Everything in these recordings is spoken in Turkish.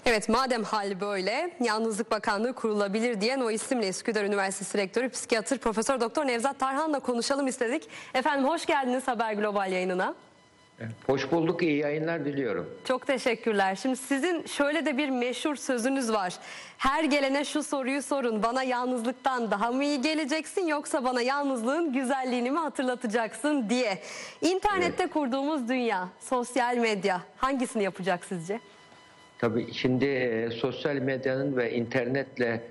Evet, madem hal böyle, Yalnızlık Bakanlığı kurulabilir diyen o isimle Üsküdar Üniversitesi Rektörü Psikiyatr Profesör Doktor Nevzat Tarhan'la konuşalım istedik. Efendim hoş geldiniz Haber Global yayınına. Hoş bulduk, iyi yayınlar diliyorum. Çok teşekkürler. Şimdi sizin şöyle de bir meşhur sözünüz var. Her gelene şu soruyu sorun. Bana yalnızlıktan daha mı iyi geleceksin yoksa bana yalnızlığın güzelliğini mi hatırlatacaksın diye. İnternette kurduğumuz dünya, sosyal medya hangisini yapacak sizce? Tabii şimdi sosyal medyanın ve internetle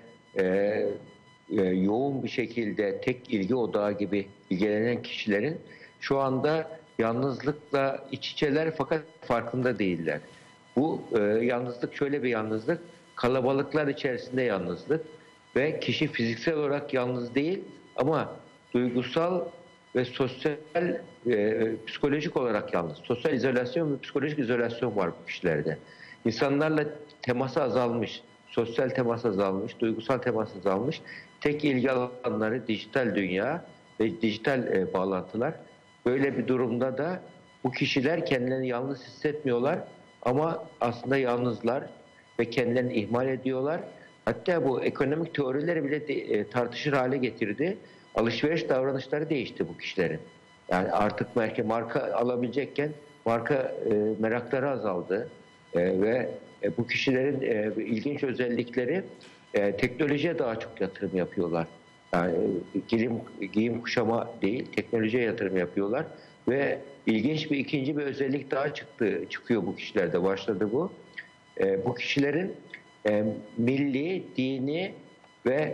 yoğun bir şekilde tek ilgi odağı gibi ilgilenen kişilerin şu anda yalnızlıkla iç içeler fakat farkında değiller. Bu yalnızlık şöyle bir yalnızlık, kalabalıklar içerisinde yalnızlık ve kişi fiziksel olarak yalnız değil ama duygusal ve sosyal, psikolojik olarak yalnız. Sosyal izolasyon ve psikolojik izolasyon var bu kişilerde. İnsanlarla teması azalmış, sosyal temas azalmış, duygusal temas azalmış. Tek ilgi alanları dijital dünya ve dijital bağlantılar. Böyle bir durumda da bu kişiler kendilerini yalnız hissetmiyorlar ama aslında yalnızlar ve kendilerini ihmal ediyorlar. Hatta bu ekonomik teorileri bile tartışır hale getirdi. Alışveriş davranışları değişti bu kişilerin. Yani artık marka alabilecekken marka merakları azaldı. Ve bu kişilerin ilginç özellikleri teknolojiye daha çok yatırım yapıyorlar. Yani giyim kuşama değil, teknolojiye yatırım yapıyorlar ve ilginç ikinci bir özellik daha çıkıyor bu kişilerde, başladı bu. Bu kişilerin milli, dini ve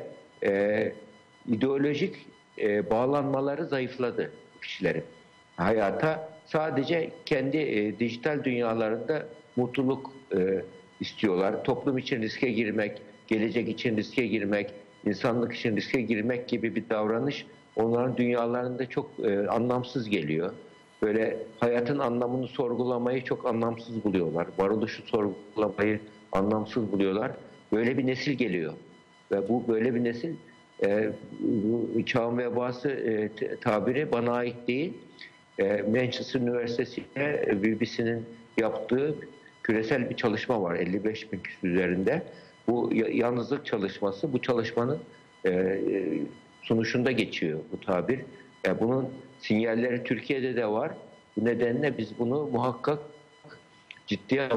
ideolojik bağlanmaları zayıfladı bu kişilerin. Hayata sadece kendi dijital dünyalarında mutluluk istiyorlar. Toplum için riske girmek, gelecek için riske girmek, insanlık için riske girmek gibi bir davranış onların dünyalarında çok anlamsız geliyor. Böyle hayatın anlamını sorgulamayı çok anlamsız buluyorlar. Varoluşu sorgulamayı anlamsız buluyorlar. Böyle bir nesil geliyor. Ve bu böyle bir nesil bu çağın vebası tabiri bana ait değil. Manchester Üniversitesi'ne BBC'nin yaptığı küresel bir çalışma var 55 bin kişi üzerinde. Bu yalnızlık çalışması, bu çalışmanın sunuşunda geçiyor bu tabir. Bunun sinyalleri Türkiye'de de var. Bu nedenle biz bunu muhakkak ciddiye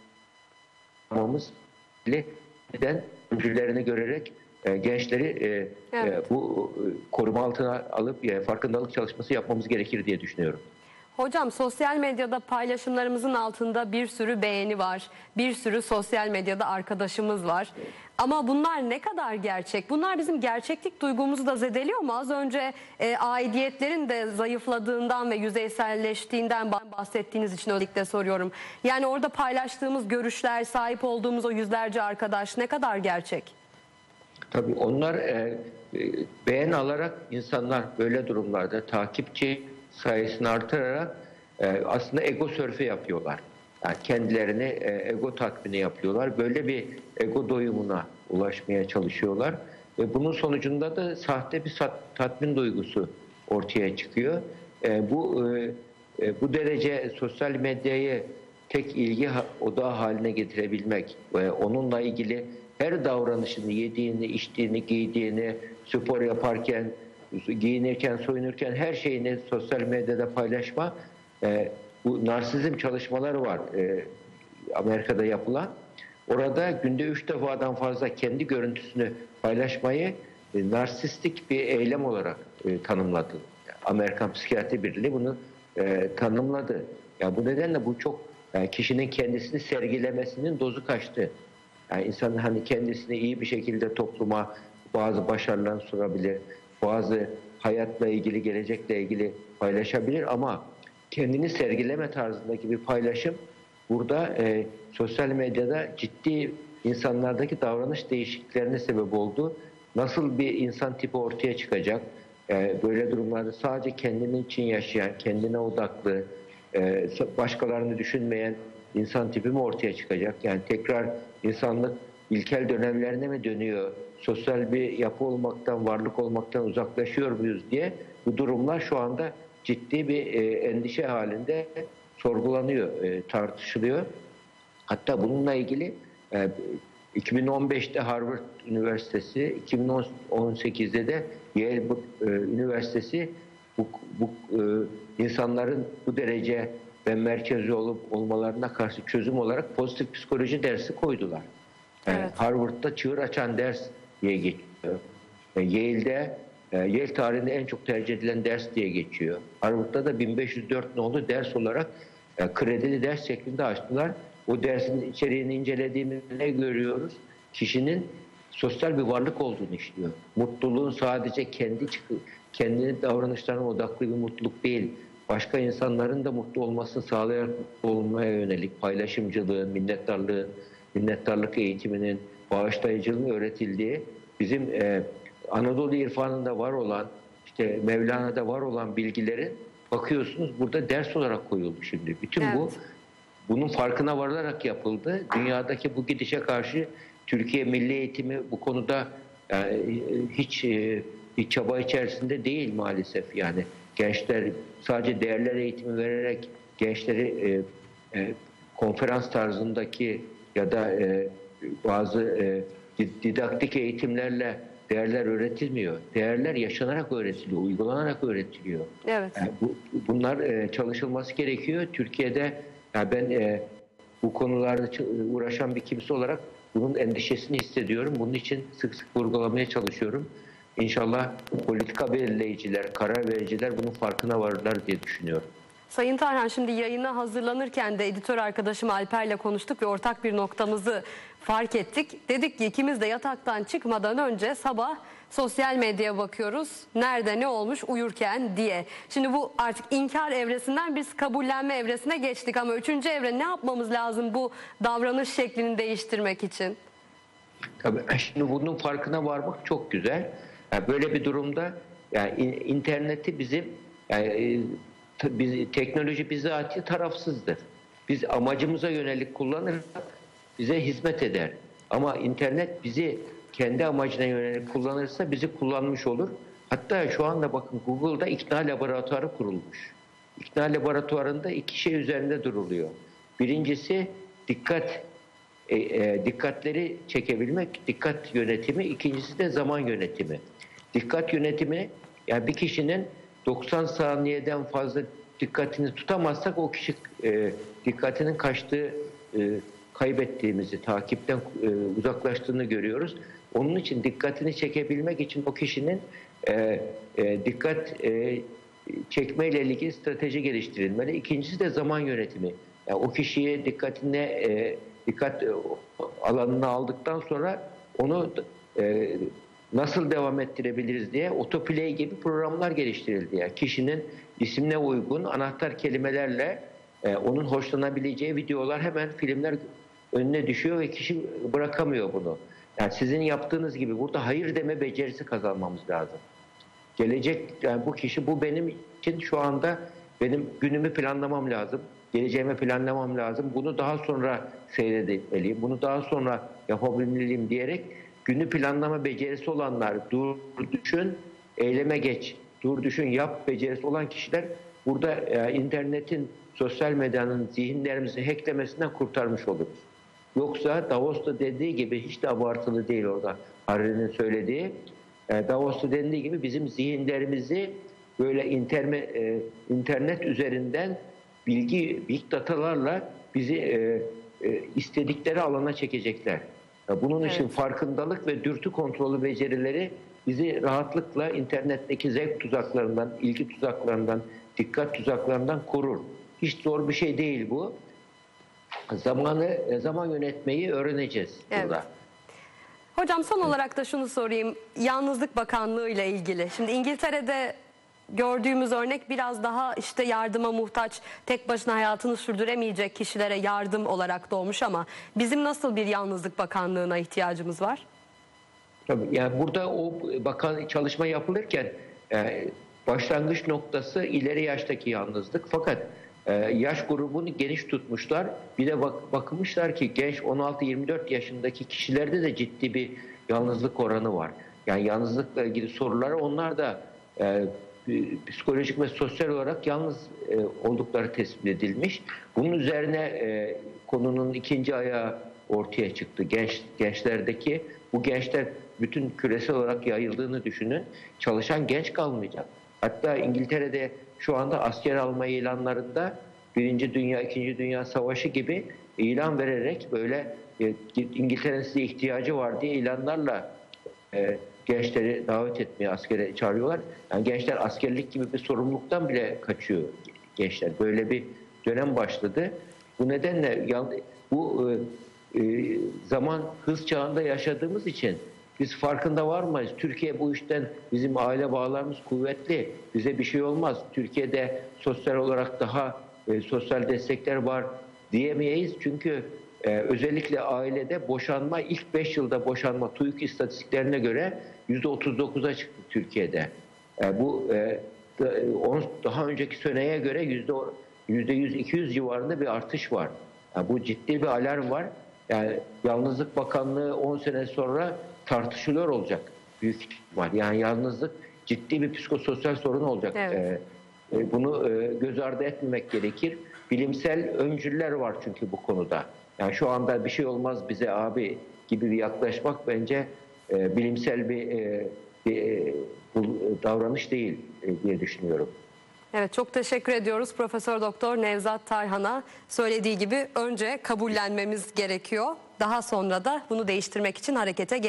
almamız neden öncülerini görerek gençleri Evet. bu koruma altına alıp farkındalık çalışması yapmamız gerekir diye düşünüyorum. Hocam, sosyal medyada paylaşımlarımızın altında bir sürü beğeni var. Bir sürü sosyal medyada arkadaşımız var. Ama bunlar ne kadar gerçek? Bunlar bizim gerçeklik duygumuzu da zedeliyor mu? Az önce aidiyetlerin de zayıfladığından ve yüzeyselleştiğinden bahsettiğiniz için özellikle soruyorum. Yani orada paylaştığımız görüşler, sahip olduğumuz o yüzlerce arkadaş ne kadar gerçek? Tabii onlar beğen alarak insanlar böyle durumlarda takipçi sayısını artırarak aslında ego sörfü yapıyorlar. Yani kendilerini ego tatmini yapıyorlar. Böyle bir ego doyumuna ulaşmaya çalışıyorlar. Ve bunun sonucunda da sahte bir tatmin duygusu ortaya çıkıyor. Bu derece sosyal medyayı tek ilgi odağı haline getirebilmek ve onunla ilgili her davranışını, yediğini, içtiğini, giydiğini, spor yaparken, giyinirken, soyunurken her şeyini sosyal medyada paylaşma, bu narsizm çalışmaları var Amerika'da yapılan. Orada günde 3 defadan fazla kendi görüntüsünü paylaşmayı narsistik bir eylem olarak tanımladı. Amerikan Psikiyatri Birliği bunu tanımladı. Yani bu nedenle bu çok kişinin kendisini sergilemesinin dozu kaçtı. Yani insan hani kendisini iyi bir şekilde topluma bazı başarılarını sunabilir, bazı hayatla ilgili, gelecekle ilgili paylaşabilir ama kendini sergileme tarzındaki bir paylaşım burada sosyal medyada ciddi insanlardaki davranış değişikliklerine sebep oldu. Nasıl bir insan tipi ortaya çıkacak? Böyle durumlarda sadece kendini için yaşayan, kendine odaklı, başkalarını düşünmeyen insan tipi mi ortaya çıkacak? Yani tekrar insanlık ilkel dönemlerine mi dönüyor? Sosyal bir yapı olmaktan, varlık olmaktan uzaklaşıyor muyuz diye bu durumlar şu anda ciddi bir endişe halinde sorgulanıyor, tartışılıyor. Hatta bununla ilgili 2015'te Harvard Üniversitesi, 2018'de de Yale Üniversitesi bu insanların bu derece ve merkezi olup olmalarına karşı çözüm olarak pozitif psikoloji dersi koydular. Evet. Harvard'da çığır açan ders diye geçiyor. Yale'de Yale tarihinde en çok tercih edilen ders diye geçiyor. Harvard'da da 1504 nolu ders olarak kredili ders şeklinde açtılar. O dersin içeriğini incelediğimizde ne görüyoruz? Kişinin sosyal bir varlık olduğunu işliyor. Mutluluğun sadece kendi davranışlarına odaklı bir mutluluk değil. Başka insanların da mutlu olmasını sağlayarak olmaya yönelik paylaşımcılığın, minnettarlık eğitiminin, bağışlayıcılığın öğretildiği bizim Anadolu irfanında var olan, işte Mevlana'da var olan bilgilerin bakıyorsunuz burada ders olarak koyuldu şimdi. Bütün Evet. bunun farkına varılarak yapıldı. Dünyadaki bu gidişe karşı Türkiye milli eğitimi bu konuda hiç çaba içerisinde değil maalesef. Yani gençler sadece değerler eğitimi vererek gençleri konferans tarzındaki ya da bazı didaktik eğitimlerle değerler öğretilmiyor. Değerler yaşanarak öğretiliyor, uygulanarak öğretiliyor. Evet. Bunlar çalışılması gerekiyor. Türkiye'de ben bu konularda uğraşan bir kimse olarak bunun endişesini hissediyorum. Bunun için sık sık vurgulamaya çalışıyorum. İnşallah politika belirleyiciler, karar vericiler bunun farkına varırlar diye düşünüyorum. Sayın Tarhan, şimdi yayına hazırlanırken de editör arkadaşım Alper'le konuştuk ve ortak bir noktamızı fark ettik. Dedik ki ikimiz de yataktan çıkmadan önce sabah sosyal medyaya bakıyoruz. Nerede ne olmuş uyurken diye. Şimdi bu artık inkar evresinden biz kabullenme evresine geçtik ama üçüncü evre ne yapmamız lazım bu davranış şeklini değiştirmek için? Tabii şimdi bunun farkına varmak çok güzel. Yani böyle bir durumda yani interneti bizim teknoloji bizatihi tarafsızdır. Biz amacımıza yönelik kullanırsak bize hizmet eder. Ama internet bizi kendi amacına yönelik kullanırsa bizi kullanmış olur. Hatta şu anda bakın Google'da ikna laboratuvarı kurulmuş. İkna laboratuvarında iki şey üzerinde duruluyor. Birincisi dikkatleri çekebilmek, dikkat yönetimi. İkincisi de zaman yönetimi. Dikkat yönetimi, yani bir kişinin 90 saniyeden fazla dikkatini tutamazsak o kişi dikkatinin kaybettiğimizi, takipten uzaklaştığını görüyoruz. Onun için dikkatini çekebilmek için o kişinin dikkat çekmeyle ilgili strateji geliştirilmeli. İkincisi de zaman yönetimi. Yani o kişiye dikkat alanına aldıktan sonra onu nasıl devam ettirebiliriz diye autoplay gibi programlar geliştirildi. Yani kişinin ismine uygun anahtar kelimelerle onun hoşlanabileceği videolar hemen filmler önüne düşüyor ve kişi bırakamıyor bunu. Yani sizin yaptığınız gibi burada hayır deme becerisi kazanmamız lazım. Yani bu benim için şu anda benim günümü planlamam lazım. Geleceğimi planlamam lazım. Bunu daha sonra seyretmeliyim. Bunu daha sonra yapabilmeliyim diyerek günü planlama becerisi olanlar, dur düşün, eyleme geç, dur düşün, yap becerisi olan kişiler burada internetin, sosyal medyanın zihinlerimizi hacklemesinden kurtarmış oluruz. Yoksa Davos'ta dediği gibi hiç de abartılı değil orada Harari'nin söylediği. Davos'ta dediği gibi bizim zihinlerimizi böyle internet üzerinden big datalarla bizi istedikleri alana çekecekler. Bunun için farkındalık ve dürtü kontrolü becerileri bizi rahatlıkla internetteki zevk tuzaklarından, ilgi tuzaklarından, dikkat tuzaklarından korur. Hiç zor bir şey değil bu. Zaman yönetmeyi öğreneceğiz burada. Hocam son olarak da şunu sorayım. Yalnızlık Bakanlığı ile ilgili. Şimdi İngiltere'de gördüğümüz örnek biraz daha işte yardıma muhtaç, tek başına hayatını sürdüremeyecek kişilere yardım olarak doğmuş ama bizim nasıl bir Yalnızlık Bakanlığı'na ihtiyacımız var? Tabii yani burada o çalışma yapılırken başlangıç noktası ileri yaştaki yalnızlık. Fakat yaş grubunu geniş tutmuşlar. Bir de bakmışlar ki genç 16-24 yaşındaki kişilerde de ciddi bir yalnızlık oranı var. Yani yalnızlıkla ilgili soruları onlar da psikolojik ve sosyal olarak yalnız oldukları tespit edilmiş. Bunun üzerine konunun ikinci ayağı ortaya çıktı. Gençlerdeki, bu gençler bütün küresel olarak yayıldığını düşünün. Çalışan genç kalmayacak. Hatta İngiltere'de şu anda asker alma ilanlarında Birinci Dünya, İkinci Dünya Savaşı gibi ilan vererek böyle İngiltere'nin size ihtiyacı var diye ilanlarla gençleri davet etmeye, askere çağırıyorlar. Yani gençler askerlik gibi bir sorumluluktan bile kaçıyor gençler. Böyle bir dönem başladı. Bu nedenle bu zaman hız çağında yaşadığımız için biz farkında var mıyız? Türkiye bu işten, bizim aile bağlarımız kuvvetli. Bize bir şey olmaz. Türkiye'de sosyal olarak daha sosyal destekler var diyemeyiz. Çünkü özellikle ailede boşanma, ilk 5 yılda boşanma TÜİK istatistiklerine göre %39'a çıktı Türkiye'de. Bu daha önceki seneye göre %100-200 civarında bir artış var. Yani bu ciddi bir alarm var. Yani Yalnızlık Bakanlığı 10 sene sonra tartışılıyor olacak büyük ihtimal. Yani yalnızlık ciddi bir psikososyal sorun olacak. Evet. Bunu göz ardı etmemek gerekir. Bilimsel öncüller var çünkü bu konuda. Yani şu anda bir şey olmaz bize abi gibi bir yaklaşmak bence bilimsel bir davranış değil diye düşünüyorum. Evet, çok teşekkür ediyoruz Profesör Doktor Nevzat Tarhan'a. Söylediği gibi önce kabullenmemiz gerekiyor. Daha sonra da bunu değiştirmek için harekete